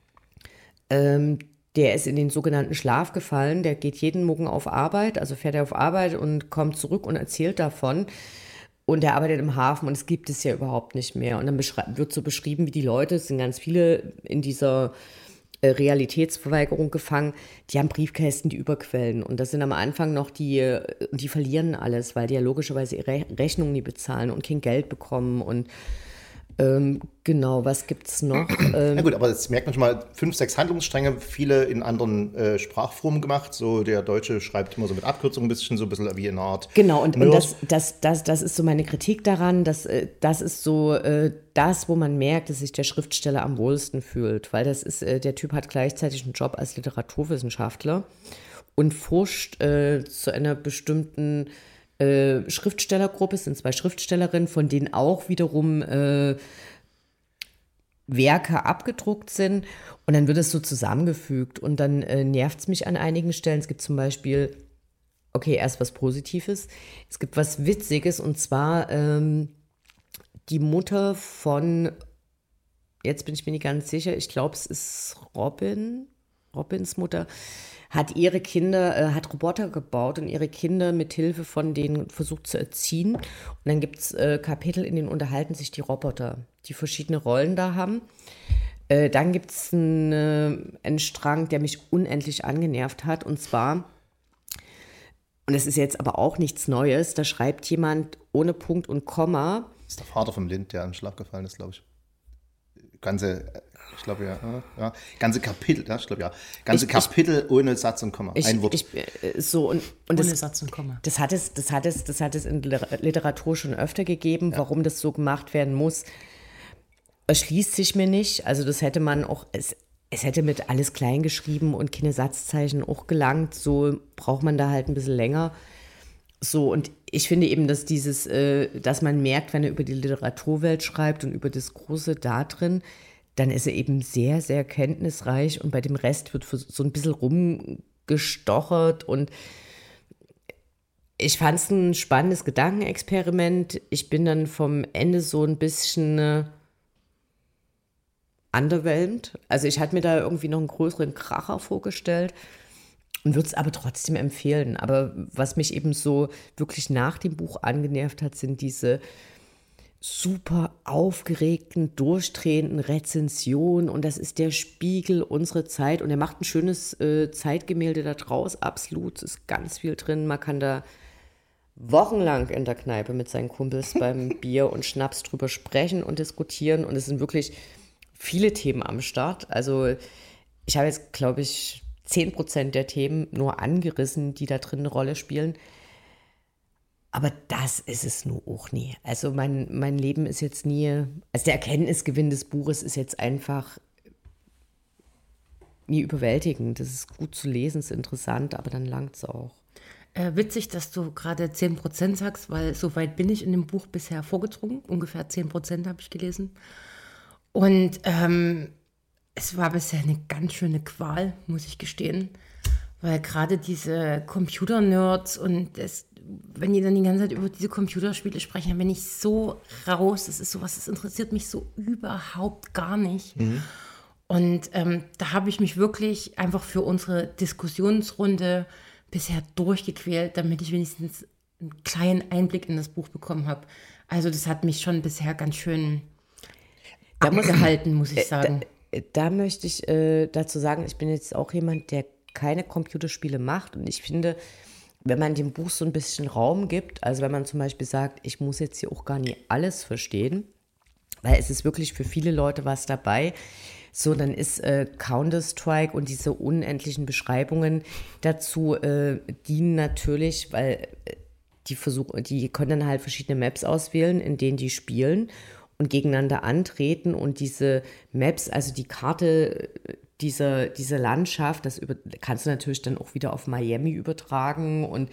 der ist in den sogenannten Schlaf gefallen, der geht jeden Morgen auf Arbeit, also fährt er auf Arbeit und kommt zurück und erzählt davon. Und er arbeitet im Hafen und es gibt es ja überhaupt nicht mehr. Und dann wird so beschrieben, wie die Leute, es sind ganz viele in dieser Realitätsverweigerung gefangen, die haben Briefkästen, die überquellen. Und das sind am Anfang noch die verlieren alles, weil die ja logischerweise ihre Rechnungen nie bezahlen und kein Geld bekommen und genau, was gibt's noch? Na gut, aber jetzt merkt man schon mal 5, 6 Handlungsstränge, viele in anderen Sprachformen gemacht. So der Deutsche schreibt immer so mit Abkürzungen so ein bisschen wie eine Art. Genau, und das ist so meine Kritik daran, das ist so das, wo man merkt, dass sich der Schriftsteller am wohlsten fühlt, weil der Typ hat gleichzeitig einen Job als Literaturwissenschaftler und forscht zu einer bestimmten Schriftstellergruppe, es sind 2 Schriftstellerinnen, von denen auch wiederum Werke abgedruckt sind und dann wird es so zusammengefügt und dann nervt es mich an einigen Stellen. Es gibt zum Beispiel, okay, erst was Positives, es gibt was Witziges und zwar die Mutter von, jetzt bin ich mir nicht ganz sicher, ich glaube es ist Robins Mutter, hat ihre Kinder, hat Roboter gebaut und ihre Kinder mit Hilfe von denen versucht zu erziehen. Und dann gibt es Kapitel, in denen unterhalten sich die Roboter, die verschiedene Rollen da haben. Dann gibt es einen Strang, der mich unendlich angenervt hat. Und zwar, und es ist jetzt aber auch nichts Neues, da schreibt jemand ohne Punkt und Komma. Das ist der Vater vom Lind, der im Schlaf gefallen ist, glaube ich. Ganze Kapitel, ja, ich glaube ja. Kapitel ohne Satz und Komma. Ein Wort. Ohne Satz und Komma. Das hat es in Literatur schon öfter gegeben, warum das so gemacht werden muss. Erschließt sich mir nicht. Also das hätte man auch, es hätte mit alles klein geschrieben und keine Satzzeichen auch gelangt. So braucht man da halt ein bisschen länger. So, und ich finde eben, dass dass man merkt, wenn er über die Literaturwelt schreibt und über das Große da drin, dann ist er eben sehr, sehr kenntnisreich und bei dem Rest wird so ein bisschen rumgestochert und ich fand es ein spannendes Gedankenexperiment. Ich bin dann vom Ende so ein bisschen underwhelmed. Also ich hatte mir da irgendwie noch einen größeren Kracher vorgestellt. Und würde es aber trotzdem empfehlen. Aber was mich eben so wirklich nach dem Buch angenervt hat, sind diese super aufgeregten, durchdrehenden Rezensionen. Und das ist der Spiegel unserer Zeit. Und er macht ein schönes Zeitgemälde da draus. Absolut, es ist ganz viel drin. Man kann da wochenlang in der Kneipe mit seinen Kumpels beim Bier und Schnaps drüber sprechen und diskutieren. Und es sind wirklich viele Themen am Start. Also ich habe jetzt, glaube ich, 10% der Themen nur angerissen, die da drin eine Rolle spielen. Aber das ist es nur auch nie. Also mein Leben ist jetzt nie, also der Erkenntnisgewinn des Buches ist jetzt einfach nie überwältigend. Das ist gut zu lesen, ist interessant, aber dann langt es auch. Witzig, dass du gerade 10% sagst, weil so weit bin ich in dem Buch bisher vorgedrungen. Ungefähr 10% habe ich gelesen. Und es war bisher eine ganz schöne Qual, muss ich gestehen. Weil gerade diese Computer-Nerds und wenn die dann die ganze Zeit über diese Computerspiele sprechen, dann bin ich so raus. Das ist sowas, das interessiert mich so überhaupt gar nicht. Mhm. Und da habe ich mich wirklich einfach für unsere Diskussionsrunde bisher durchgequält, damit ich wenigstens einen kleinen Einblick in das Buch bekommen habe. Also das hat mich schon bisher ganz schön abgehalten, muss ich sagen. Da möchte ich dazu sagen, ich bin jetzt auch jemand, der keine Computerspiele macht und ich finde, wenn man dem Buch so ein bisschen Raum gibt, also wenn man zum Beispiel sagt, ich muss jetzt hier auch gar nicht alles verstehen, weil es ist wirklich für viele Leute was dabei, so, dann ist Counter-Strike und diese unendlichen Beschreibungen dazu dienen natürlich, weil die können dann halt verschiedene Maps auswählen, in denen die spielen und gegeneinander antreten und diese Maps, also die Karte, diese Landschaft, kannst du natürlich dann auch wieder auf Miami übertragen und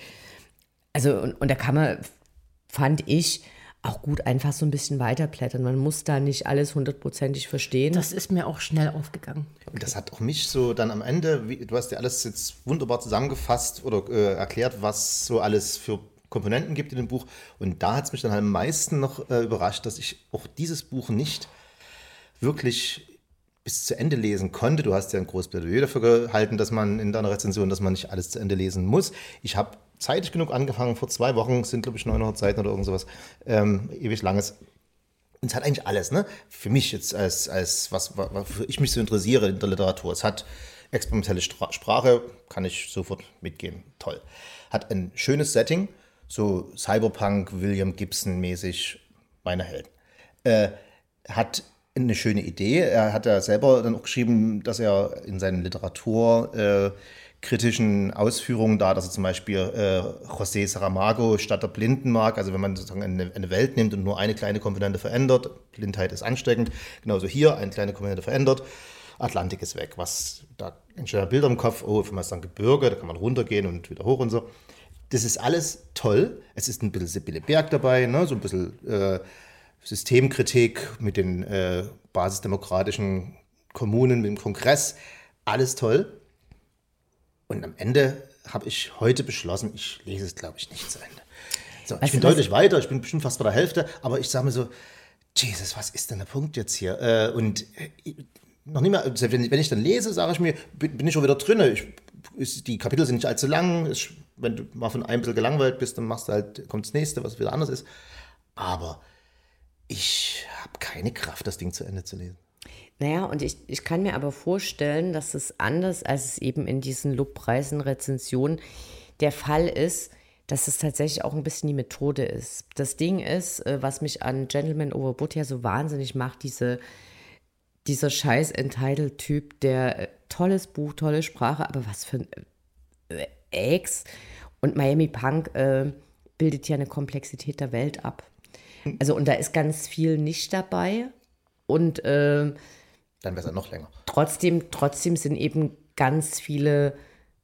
da kann man, fand ich, auch gut einfach so ein bisschen weiterblättern. Man muss da nicht alles 100%ig verstehen. Das ist mir auch schnell aufgegangen. Und das hat auch mich so dann am Ende, du hast ja alles jetzt wunderbar zusammengefasst oder erklärt, was so alles für Komponenten gibt in dem Buch. Und da hat es mich dann halt am meisten noch überrascht, dass ich auch dieses Buch nicht wirklich bis zu Ende lesen konnte. Du hast ja ein großes Plädoyer dafür gehalten, dass man in deiner Rezension, dass man nicht alles zu Ende lesen muss. Ich habe zeitig genug angefangen, vor 2 Wochen, sind glaube ich 900 Seiten oder irgend sowas, ewig langes. Und es hat eigentlich alles, ne? Für mich jetzt als wofür ich mich so interessiere in der Literatur. Es hat experimentelle Sprache, kann ich sofort mitgehen, toll. Hat ein schönes Setting, so Cyberpunk, William Gibson mäßig, meine Helden. Hat eine schöne Idee. Er hat ja selber dann auch geschrieben, dass er in seinen literaturkritischen Ausführungen dass er zum Beispiel José Saramago statt der Blinden mag. Also wenn man sozusagen eine Welt nimmt und nur eine kleine Komponente verändert, Blindheit ist ansteckend, genauso hier eine kleine Komponente verändert, Atlantik ist weg. Da entstehen Bilder im Kopf, wenn man dann Gebirge, da kann man runtergehen und wieder hoch und so. Das ist alles toll. Es ist ein bisschen Sibylle Berg dabei, ne? So ein bisschen Systemkritik mit den basisdemokratischen Kommunen, mit dem Kongress. Alles toll. Und am Ende habe ich heute beschlossen, ich lese es, glaube ich, nicht zu Ende. So, ich bin deutlich weiter, ich bin bestimmt fast bei der Hälfte, aber ich sage mir so, Jesus, was ist denn der Punkt jetzt hier? Noch nicht mal, wenn ich dann lese, sage ich mir, bin ich schon wieder drin. Die Kapitel sind nicht allzu lang. Wenn du mal von einem bisschen gelangweilt bist, dann kommt das nächste, was wieder anders ist. Aber ich habe keine Kraft, das Ding zu Ende zu lesen. Naja, und ich kann mir aber vorstellen, dass es anders, als es eben in diesen Lobpreisen-Rezensionen der Fall ist, dass es tatsächlich auch ein bisschen die Methode ist. Das Ding ist, was mich an Gentleman Overboard ja so wahnsinnig macht, dieser scheiß Entitled-Typ, der tolles Buch, tolle Sprache, aber was für ein Ex. Und Miami Punk bildet ja eine Komplexität der Welt ab. Also, und da ist ganz viel nicht dabei. Und dann besser noch länger. Trotzdem sind eben ganz viele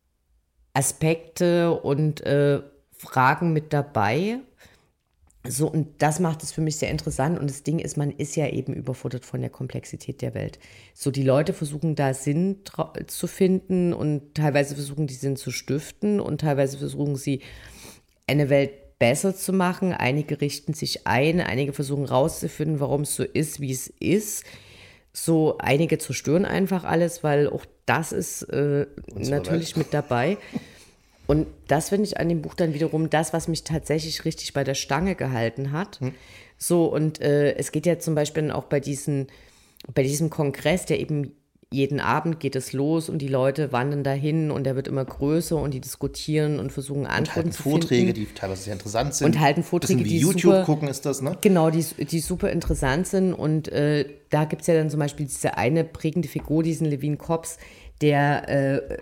Aspekte und Fragen mit dabei. So, und das macht es für mich sehr interessant. Und das Ding ist, man ist ja eben überfordert von der Komplexität der Welt. So, die Leute versuchen da Sinn zu finden und teilweise versuchen die Sinn zu stiften und teilweise versuchen sie, eine Welt besser zu machen. Einige richten sich ein, einige versuchen rauszufinden, warum es so ist, wie es ist. So, einige zerstören einfach alles, weil auch das ist natürlich mit dabei. Und das finde ich an dem Buch dann wiederum das, was mich tatsächlich richtig bei der Stange gehalten hat. So, und es geht ja zum Beispiel dann auch bei diesem Kongress, der eben jeden Abend geht es los und die Leute wandern dahin und der wird immer größer und die diskutieren und versuchen Antworten zu finden. Und halten Vorträge, die teilweise sehr interessant sind. Und halten Vorträge, die YouTube gucken, ist das, ne? Genau, die super interessant sind. Und da gibt es ja dann zum Beispiel diese eine prägende Figur, diesen Levine Cobbs, der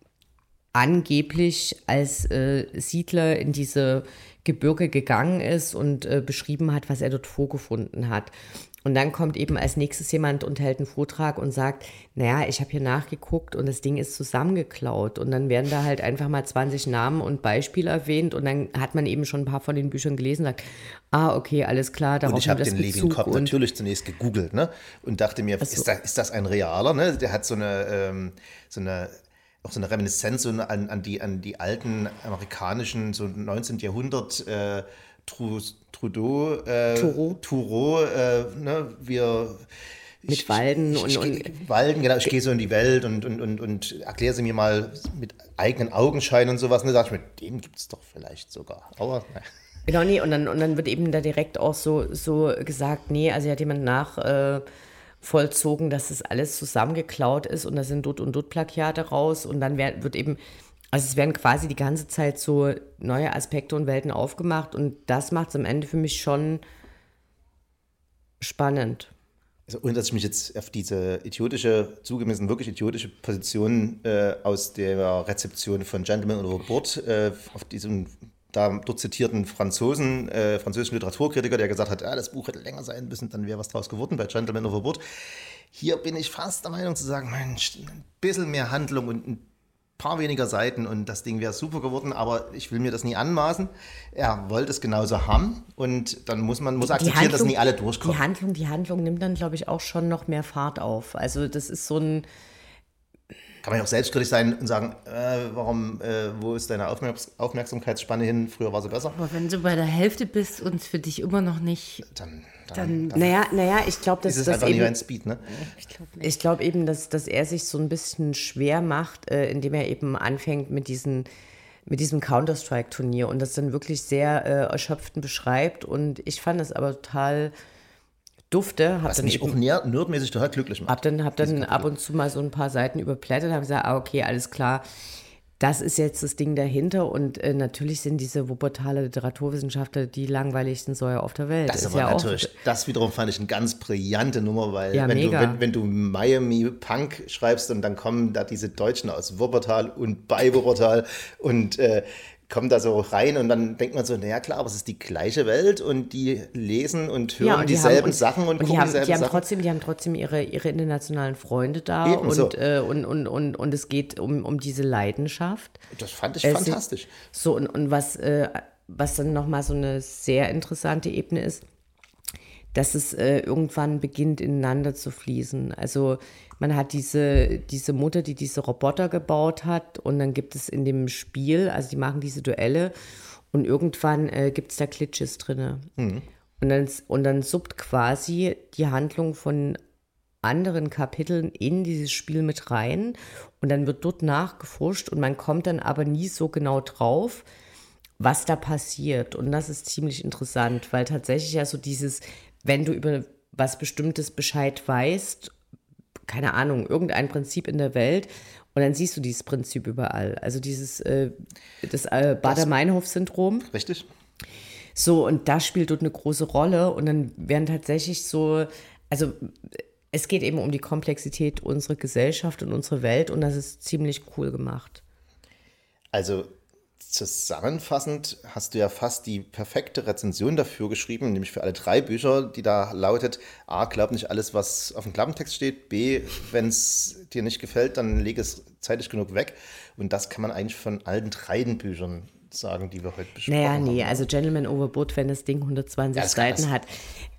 angeblich als Siedler in diese Gebirge gegangen ist und beschrieben hat, was er dort vorgefunden hat. Und dann kommt eben als nächstes jemand und hält einen Vortrag und sagt, naja, ich habe hier nachgeguckt und das Ding ist zusammengeklaut. Und dann werden da halt einfach mal 20 Namen und Beispiele erwähnt und dann hat man eben schon ein paar von den Büchern gelesen und sagt, okay, alles klar, darauf und ich habe den Levine Cobb und natürlich zunächst gegoogelt, ne? Und dachte mir, ist das ein realer, ne? Der hat so eine Reminiszenz an die alten amerikanischen, so 19. Jahrhundert Thoreau, ne, mit Walden Walden, genau, ich gehe so in die Welt und erkläre sie mir mal mit eigenen Augenschein und sowas, ne, da dachte ich mir, den gibt es doch vielleicht sogar, aber ne. Genau, nee, und dann wird eben da direkt auch so gesagt, nee, also hat jemand vollzogen, dass das alles zusammengeklaut ist und da sind dort und dort Plagiate raus und dann wird eben Also es werden quasi die ganze Zeit so neue Aspekte und Welten aufgemacht und das macht es am Ende für mich schon spannend. Also, ohne dass ich mich jetzt auf diese wirklich idiotische Position aus der Rezeption von Gentleman Overboard, auf diesem dort zitierten französischen Literaturkritiker, der gesagt hat, das Buch hätte länger sein müssen, dann wäre was draus geworden bei Gentleman Overboard. Hier bin ich fast der Meinung zu sagen, Mensch, ein bisschen mehr Handlung und ein paar weniger Seiten und das Ding wäre super geworden, aber ich will mir das nie anmaßen. Er wollte es genauso haben und dann muss akzeptieren, dass nie alle durchkommen. Die Handlung nimmt dann, glaube ich, auch schon noch mehr Fahrt auf. Also das ist so ein... Kann man ja auch selbstkritisch sein und sagen, wo ist deine Aufmerksamkeitsspanne hin? Früher war sie besser. Aber wenn du bei der Hälfte bist und es für dich immer noch nicht... Dann ich glaube, dass ist es einfach nicht ein Speed, ne? Ich glaube eben, dass er sich so ein bisschen schwer macht, indem er eben anfängt mit diesem Counter-Strike-Turnier und das dann wirklich sehr erschöpfend beschreibt. Und ich fand es aber total dufte. Was mich auch nerdmäßig total glücklich macht. Hab dann ab und zu mal so ein paar Seiten überblättert und habe gesagt, okay, alles klar, das ist jetzt das Ding dahinter und natürlich sind diese Wuppertaler Literaturwissenschaftler die langweiligsten Säue auf der Welt. Das ist aber ja natürlich, das wiederum fand ich eine ganz brillante Nummer, weil ja, wenn du Miami Punk schreibst und dann kommen da diese Deutschen aus Wuppertal und bei Wuppertal und kommen da so rein und dann denkt man so, naja klar, aber es ist die gleiche Welt und die lesen und hören und dieselben Sachen und gucken dieselben Sachen. Die haben trotzdem ihre internationalen Freunde da und es geht um diese Leidenschaft. Das fand ich fantastisch. So und was dann nochmal so eine sehr interessante Ebene ist, dass es irgendwann beginnt ineinander zu fließen. Also man hat diese Mutter, die diese Roboter gebaut hat und dann gibt es in dem Spiel, also die machen diese Duelle und irgendwann gibt es da Glitches drin. Mhm. Und dann suppt quasi die Handlung von anderen Kapiteln in dieses Spiel mit rein und dann wird dort nachgeforscht und man kommt dann aber nie so genau drauf, was da passiert. Und das ist ziemlich interessant, weil tatsächlich ja so dieses, wenn du über was Bestimmtes Bescheid weißt, keine Ahnung, irgendein Prinzip in der Welt und dann siehst du dieses Prinzip überall. Also dieses das Baader-Meinhof-Syndrom. Richtig. So, und das spielt dort eine große Rolle und dann werden tatsächlich so, also es geht eben um die Komplexität unserer Gesellschaft und unserer Welt und das ist ziemlich cool gemacht. Also zusammenfassend hast du ja fast die perfekte Rezension dafür geschrieben, nämlich für alle 3 Bücher, die da lautet: A, glaub nicht alles, was auf dem Klappentext steht, B, wenn es dir nicht gefällt, dann leg es zeitig genug weg. Und das kann man eigentlich von allen 3 Büchern sagen, die wir heute besprochen haben. Also Gentleman Overboard, wenn das Ding 120 Seiten hat.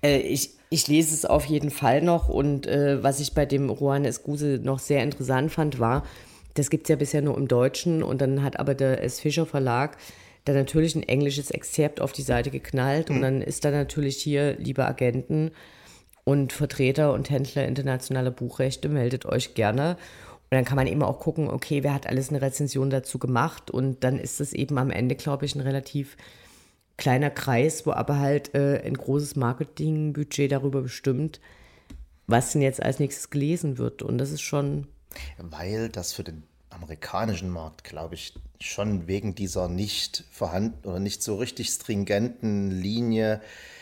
Ich lese es auf jeden Fall noch und was ich bei dem Juan Escuse noch sehr interessant fand, war, das gibt es ja bisher nur im Deutschen und dann hat aber der S. Fischer Verlag da natürlich ein englisches Exzerpt auf die Seite geknallt und dann ist da natürlich hier, liebe Agenten und Vertreter und Händler internationaler Buchrechte, meldet euch gerne. Und dann kann man eben auch gucken, okay, wer hat alles eine Rezension dazu gemacht und dann ist es eben am Ende, glaube ich, ein relativ kleiner Kreis, wo aber halt ein großes Marketingbudget darüber bestimmt, was denn jetzt als nächstes gelesen wird und das ist schon... Weil das für den amerikanischen Markt, glaube ich, schon wegen dieser nicht vorhanden oder nicht so richtig stringenten Linie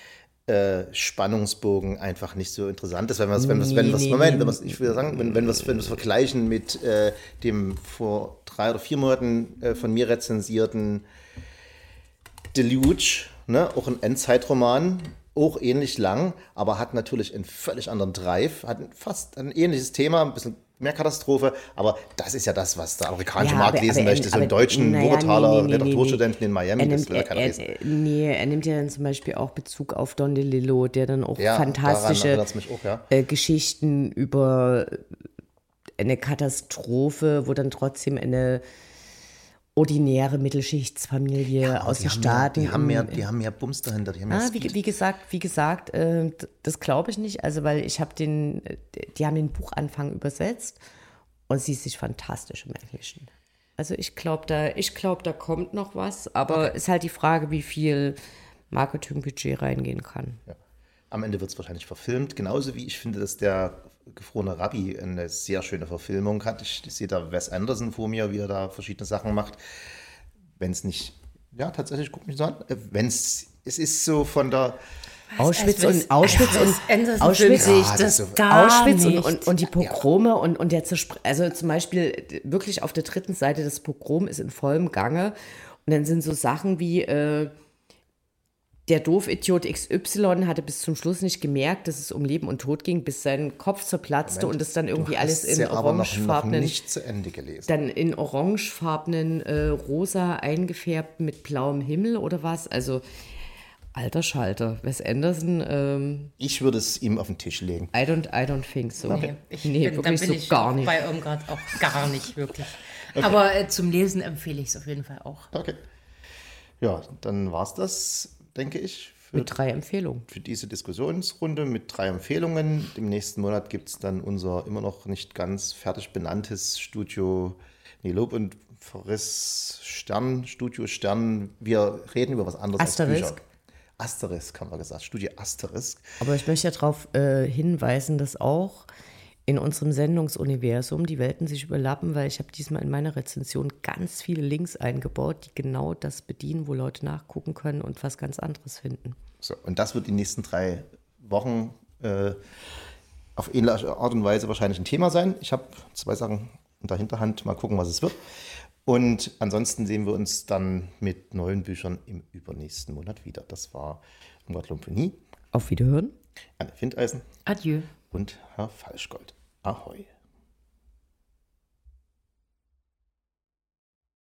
Spannungsbogen einfach nicht so interessant ist. Wenn wir es vergleichen mit dem vor 3 oder 4 Monaten von mir rezensierten Deluge, ne, auch ein Endzeitroman, auch ähnlich lang, aber hat natürlich einen völlig anderen Drive, hat fast ein ähnliches Thema, ein bisschen mehr Katastrophe, aber das ist ja das, was der amerikanische Markt lesen möchte, so einen deutschen Wuppertaler Literaturstudenten in Miami, das will ja keiner lesen. Er nimmt ja dann zum Beispiel auch Bezug auf Don DeLillo, der dann auch fantastische Geschichten über eine Katastrophe, wo dann trotzdem eine ordinäre Mittelschichtsfamilie aus den Staaten. Die haben mehr Bums dahinter. Wie gesagt, das glaube ich nicht. Also, weil die haben den Buchanfang übersetzt und sie ist sich fantastisch im Englischen. Also ich glaube, da kommt noch was, aber ist halt die Frage, wie viel Marketingbudget reingehen kann. Ja. Am Ende wird es wahrscheinlich verfilmt, genauso wie ich finde, dass der Gefrorene Rabbi eine sehr schöne Verfilmung hat. Ich sehe da Wes Anderson vor mir, wie er da verschiedene Sachen macht. Wenn es nicht, ja, tatsächlich, guck mich so an, es ist so von der Auschwitz sehe ich das gar Auschwitz nicht. und die Pogrome und der also zum Beispiel wirklich auf der dritten Seite das Pogrom ist in vollem Gange und dann sind so Sachen wie der Doofidiot XY hatte bis zum Schluss nicht gemerkt, dass es um Leben und Tod ging, bis sein Kopf zerplatzte und es dann irgendwie alles in orangefarbenen, noch nicht zu Ende gelesen. dann in orangefarbenen rosa eingefärbt mit blauem Himmel oder was, also alter Schalter, Wes Anderson. Ich würde es ihm auf den Tisch legen. I don't think so. Nee, wirklich so gar nicht. Bei Irmgard auch gar nicht, wirklich. Okay. Aber zum Lesen empfehle ich es auf jeden Fall auch. Okay. Ja, dann war es das, denke ich. Mit 3 Empfehlungen. Für diese Diskussionsrunde mit 3 Empfehlungen. Im nächsten Monat gibt es dann unser immer noch nicht ganz fertig benanntes Studio Lob und Verriss Studio Stern. Wir reden über was anderes Asterisk. als Bücher. Asterisk, haben wir gesagt. Studio Asterisk. Aber ich möchte ja darauf hinweisen, dass auch in unserem Sendungsuniversum die Welten sich überlappen, weil ich habe diesmal in meiner Rezension ganz viele Links eingebaut, die genau das bedienen, wo Leute nachgucken können und was ganz anderes finden. So, und das wird die nächsten 3 Wochen auf ähnliche Art und Weise wahrscheinlich ein Thema sein. Ich habe 2 Sachen in der Hinterhand, mal gucken, was es wird. Und ansonsten sehen wir uns dann mit neuen Büchern im übernächsten Monat wieder. Das war Irmgard Lompony. Auf Wiederhören. Anne Findeisen. Adieu. Und Herr Falschgold. Ahoi.